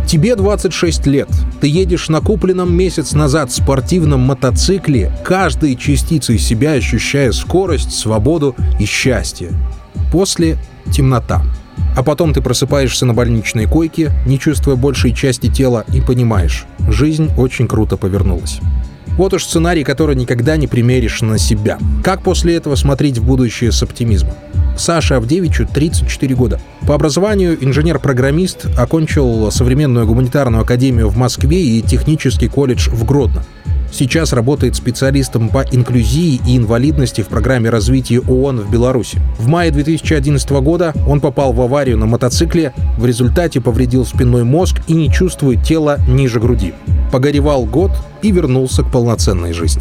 Тебе 26 лет. Ты едешь на купленном месяц назад спортивном мотоцикле, каждой частицей себя ощущая скорость, свободу и счастье. После — темнота. А потом ты просыпаешься на больничной койке, не чувствуя большей части тела, и понимаешь — жизнь очень круто повернулась. Вот уж сценарий, который никогда не примеришь на себя. Как после этого смотреть в будущее с оптимизмом? Саше Авдевичу 34 года. По образованию инженер-программист, окончил современную гуманитарную академию в Москве и технический колледж в Гродно. Сейчас работает специалистом по инклюзии и инвалидности в программе развития ООН в Беларуси. В мае 2011 года он попал в аварию на мотоцикле, в результате повредил спинной мозг и не чувствует тела ниже груди. Погоревал год и вернулся к полноценной жизни.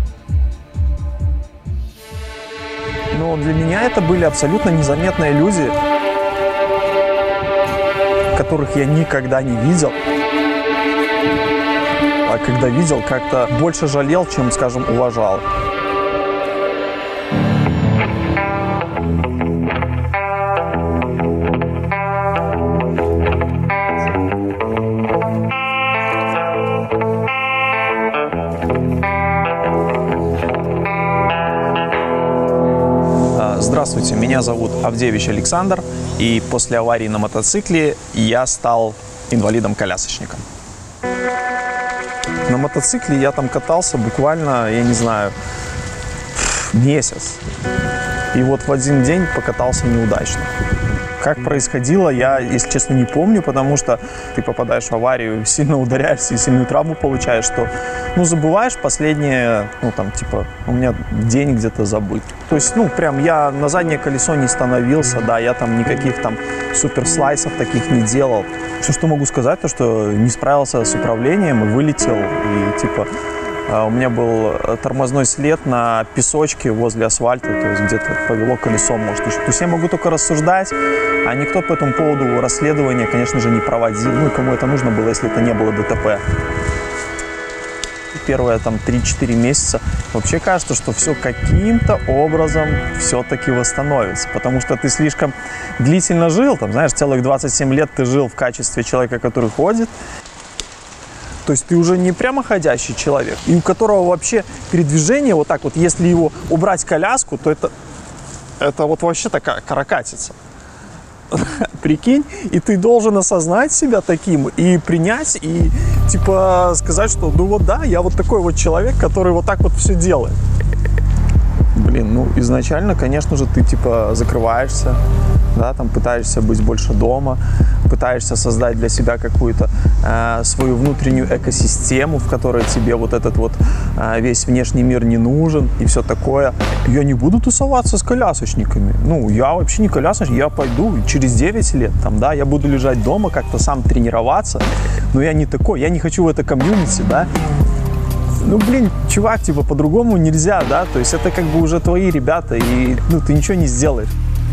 Но для меня это были абсолютно незаметные люди, которых я никогда не видел. А когда видел, как-то больше жалел, чем, скажем, уважал. Здравствуйте, меня зовут Авдевич Александр, и после аварии на мотоцикле я стал инвалидом-колясочником. На мотоцикле я там катался буквально, я не знаю, месяц. И вот в один день покатался неудачно. Как происходило, я, если честно, не помню, потому что ты попадаешь в аварию, сильно ударяешься и сильную травму получаешь, что, забываешь последнее, у меня день где-то забыт. То есть, прям я на заднее колесо не становился, да, я там никаких там суперслайсов таких не делал. Все, что могу сказать, то, что не справился с управлением и вылетел, и у меня был тормозной след на песочке возле асфальта, то есть где-то повело колесом, может, еще. То есть я могу только рассуждать, а никто по этому поводу расследования, конечно же, не проводил. И кому это нужно было, если это не было ДТП. Первые 3-4 месяца вообще кажется, что все каким-то образом все-таки восстановится, потому что ты слишком длительно жил, целых 27 лет ты жил в качестве человека, который ходит. То есть ты уже не прямоходящий человек, и у которого вообще передвижение вот так вот, если его убрать коляску, то это вот вообще такая каракатица. Прикинь, и ты должен осознать себя таким и принять, и сказать, что я вот такой вот человек, который вот так вот все делает. Изначально, конечно же, ты закрываешься, да, пытаешься быть больше дома, пытаешься создать для себя какую-то свою внутреннюю экосистему, в которой тебе вот этот вот весь внешний мир не нужен и все такое. Я не буду тусоваться с колясочниками. Я вообще не колясочник, я пойду через 9 лет, я буду лежать дома, как-то сам тренироваться, но я не такой, я не хочу в это комьюнити, да. Чувак, по-другому нельзя, да, то есть это уже твои ребята, и, ты ничего не сделаешь.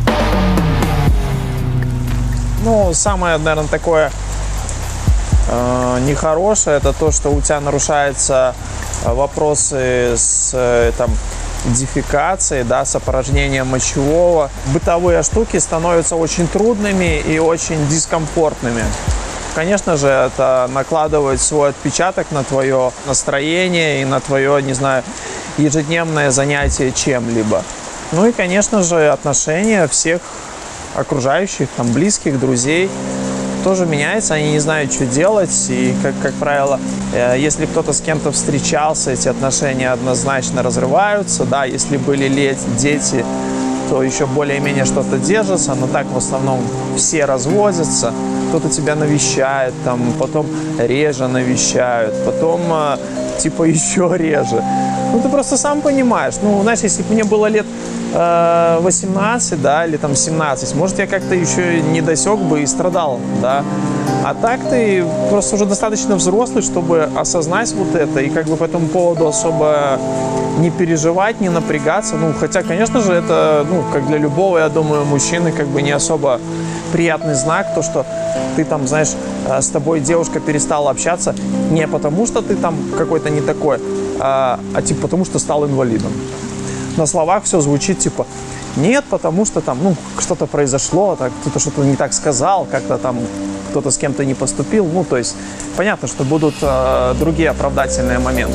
Самое, наверное, такое нехорошее, это то, что у тебя нарушаются вопросы с дефекацией, да, с опорожнением мочевого. Бытовые штуки становятся очень трудными и очень дискомфортными. Конечно же, это накладывает свой отпечаток на твое настроение и на твое, не знаю, ежедневное занятие чем-либо. И, конечно же, отношения всех окружающих, близких, друзей тоже меняются, они не знают, что делать. И, как правило, если кто-то с кем-то встречался, эти отношения однозначно разрываются. Да, если были дети, то еще более-менее что-то держится, но так в основном все разводятся. Кто-то тебя навещает, потом реже навещают, потом еще реже. Ты просто сам понимаешь. Если бы мне было лет 18, да, или 17, может, я как-то еще не досек бы и страдал, да. А так ты просто уже достаточно взрослый, чтобы осознать вот это и по этому поводу особо не переживать, не напрягаться. Хотя, конечно же, это, как для любого, я думаю, мужчины, не особо приятный знак, то, что ты с тобой девушка перестала общаться не потому, что ты какой-то не такой, а потому что стал инвалидом. На словах все звучит Нет, потому что там, ну, что-то произошло, кто-то что-то не так сказал, как-то там кто-то с кем-то не поступил. Ну, то есть, понятно, что будут другие оправдательные моменты.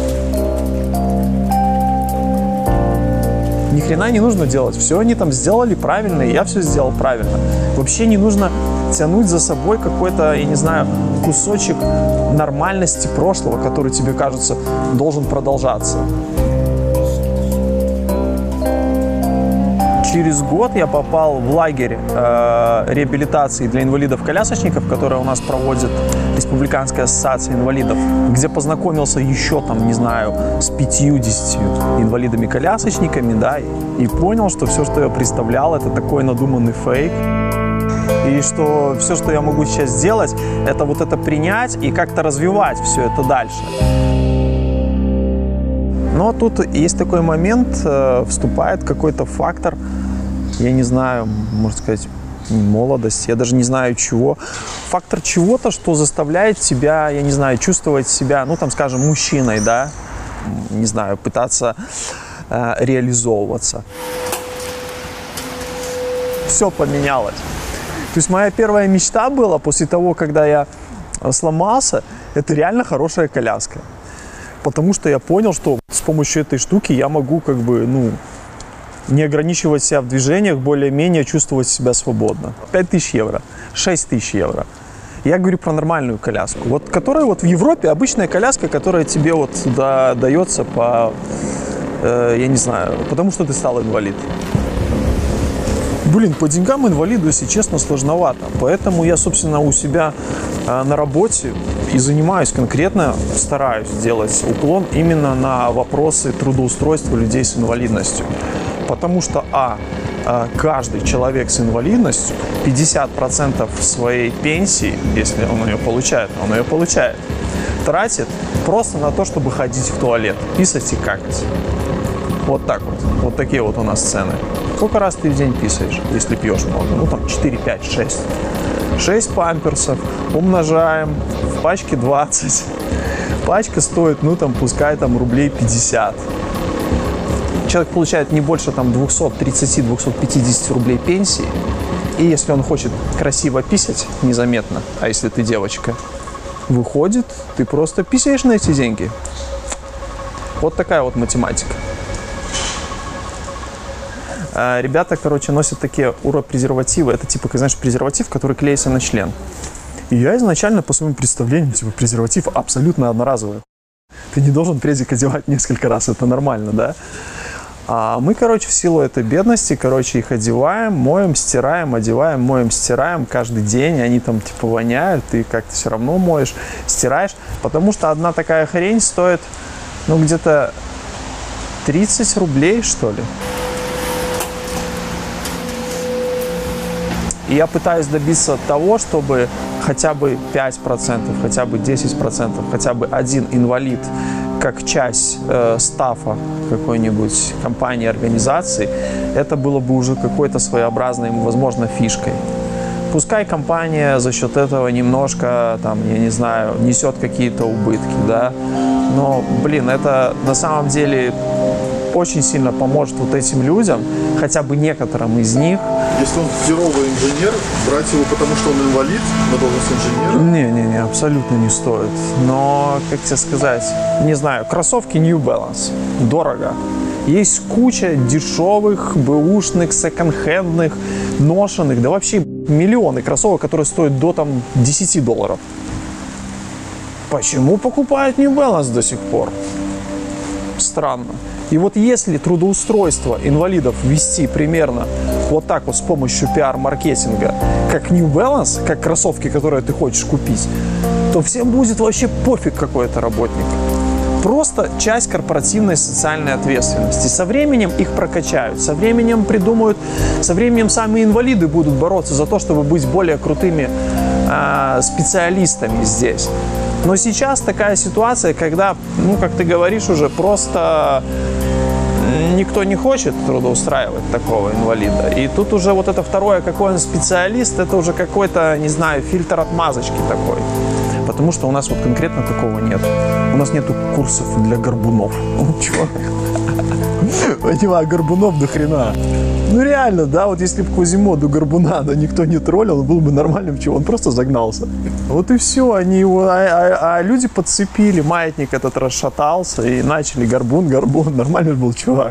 Ни хрена не нужно делать. Все они там сделали правильно, и я все сделал правильно. Вообще не нужно тянуть за собой какой-то, я не знаю, кусочек нормальности прошлого, который тебе кажется должен продолжаться. Через год я попал в лагерь реабилитации для инвалидов-колясочников, который у нас проводит Республиканская ассоциация инвалидов, где познакомился еще там, не знаю, с 50 инвалидами-колясочниками, да, и понял, что все, что я представлял, это такой надуманный фейк. И что все, что я могу сейчас сделать, это вот это принять и как-то развивать все это дальше. Но тут есть такой момент, вступает какой-то фактор, я не знаю, можно сказать, молодость, я даже не знаю чего. Фактор чего-то, что заставляет тебя, я не знаю, чувствовать себя, ну там, скажем, мужчиной, да, не знаю, пытаться реализовываться. Все поменялось. То есть моя первая мечта была после того, когда я сломался, это реально хорошая коляска. Потому что я понял, что с помощью этой штуки я могу как бы, ну, не ограничивать себя в движениях, более-менее чувствовать себя свободно. 5000 евро, 6000 евро. Я говорю про нормальную коляску, вот, которая вот в Европе обычная коляска, которая тебе вот дается по, я не знаю, потому что ты стал инвалид. Блин, по деньгам инвалиду, если честно, сложновато. Поэтому я, собственно, у себя на работе и занимаюсь конкретно, стараюсь делать уклон именно на вопросы трудоустройства людей с инвалидностью. Потому что, каждый человек с инвалидностью 50% своей пенсии, если он ее получает, тратит просто на то, чтобы ходить в туалет, писать и какать. Вот так вот. Вот такие вот у нас цены. Сколько раз ты в день писаешь, если пьешь много? Ну, там 4, 5, 6. 6 памперсов умножаем в пачке 20. Пачка стоит, ну, там, пускай там рублей 50. Человек получает не больше там 230-250 рублей пенсии. И если он хочет красиво писать, незаметно, а если ты девочка, выходит, ты просто писаешь на эти деньги. Вот такая вот математика. Ребята, короче, носят такие уропрезервативы. Это типа, знаешь, презерватив, который клеится на член. И я изначально, по своему представлению, типа, презерватив абсолютно одноразовый. Ты не должен презик одевать несколько раз, это нормально, да? А мы, короче, в силу этой бедности, короче, их одеваем, моем, стираем, одеваем, моем, стираем каждый день. Они там, типа, воняют, ты как-то все равно моешь, стираешь. Потому что одна такая хрень стоит, ну, где-то 30 рублей, что ли. И я пытаюсь добиться того, чтобы хотя бы 5%, хотя бы 10%, хотя бы один инвалид, как часть стаффа какой-нибудь компании, организации, это было бы уже какой-то своеобразной, возможно, фишкой. Пускай компания за счет этого немножко, там, я не знаю, несет какие-то убытки, да, но, блин, это на самом деле очень сильно поможет вот этим людям, хотя бы некоторым из них. Если он херовый инженер, брать его потому, что он инвалид на должность инженера? Не, абсолютно не стоит. Но, как тебе сказать, не знаю, кроссовки New Balance. Дорого. Есть куча дешевых, бэушных, секонд-хендных, ношенных, да вообще миллионы кроссовок, которые стоят до там $10. Почему покупают New Balance до сих пор? Странно. И вот если трудоустройство инвалидов вести примерно вот так вот с помощью пиар-маркетинга, как New Balance, как кроссовки, которые ты хочешь купить, то всем будет вообще пофиг, какой это работник. Просто часть корпоративной социальной ответственности. Со временем их прокачают, со временем придумают, со временем сами инвалиды будут бороться за то, чтобы быть более крутыми специалистами здесь. Но сейчас такая ситуация, когда, ну, как ты говоришь, уже просто никто не хочет трудоустраивать такого инвалида. И тут уже вот это второе, какой он специалист, это уже какой-то, не знаю, фильтр отмазочки такой. Потому что у нас вот конкретно такого нет. У нас нету курсов для горбунов. Понимаю, Горбунов до хрена. Ну реально, да, вот если бы Квазимоду Горбуна никто не троллил, он был бы нормальным чего, он просто загнался. Вот и все, они его, а люди подцепили, маятник этот расшатался и начали Горбун, нормальный был чувак.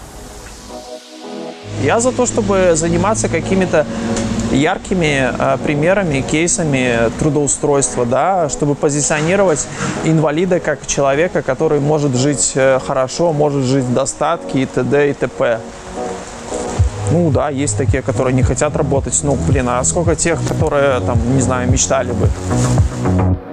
Я за то, чтобы заниматься какими-то яркими примерами, кейсами трудоустройства, да, чтобы позиционировать инвалида как человека, который может жить хорошо, может жить в достатке и т.д. и т.п. Ну да, есть такие, которые не хотят работать. Ну, блин, а сколько тех, которые, там, не знаю, мечтали бы.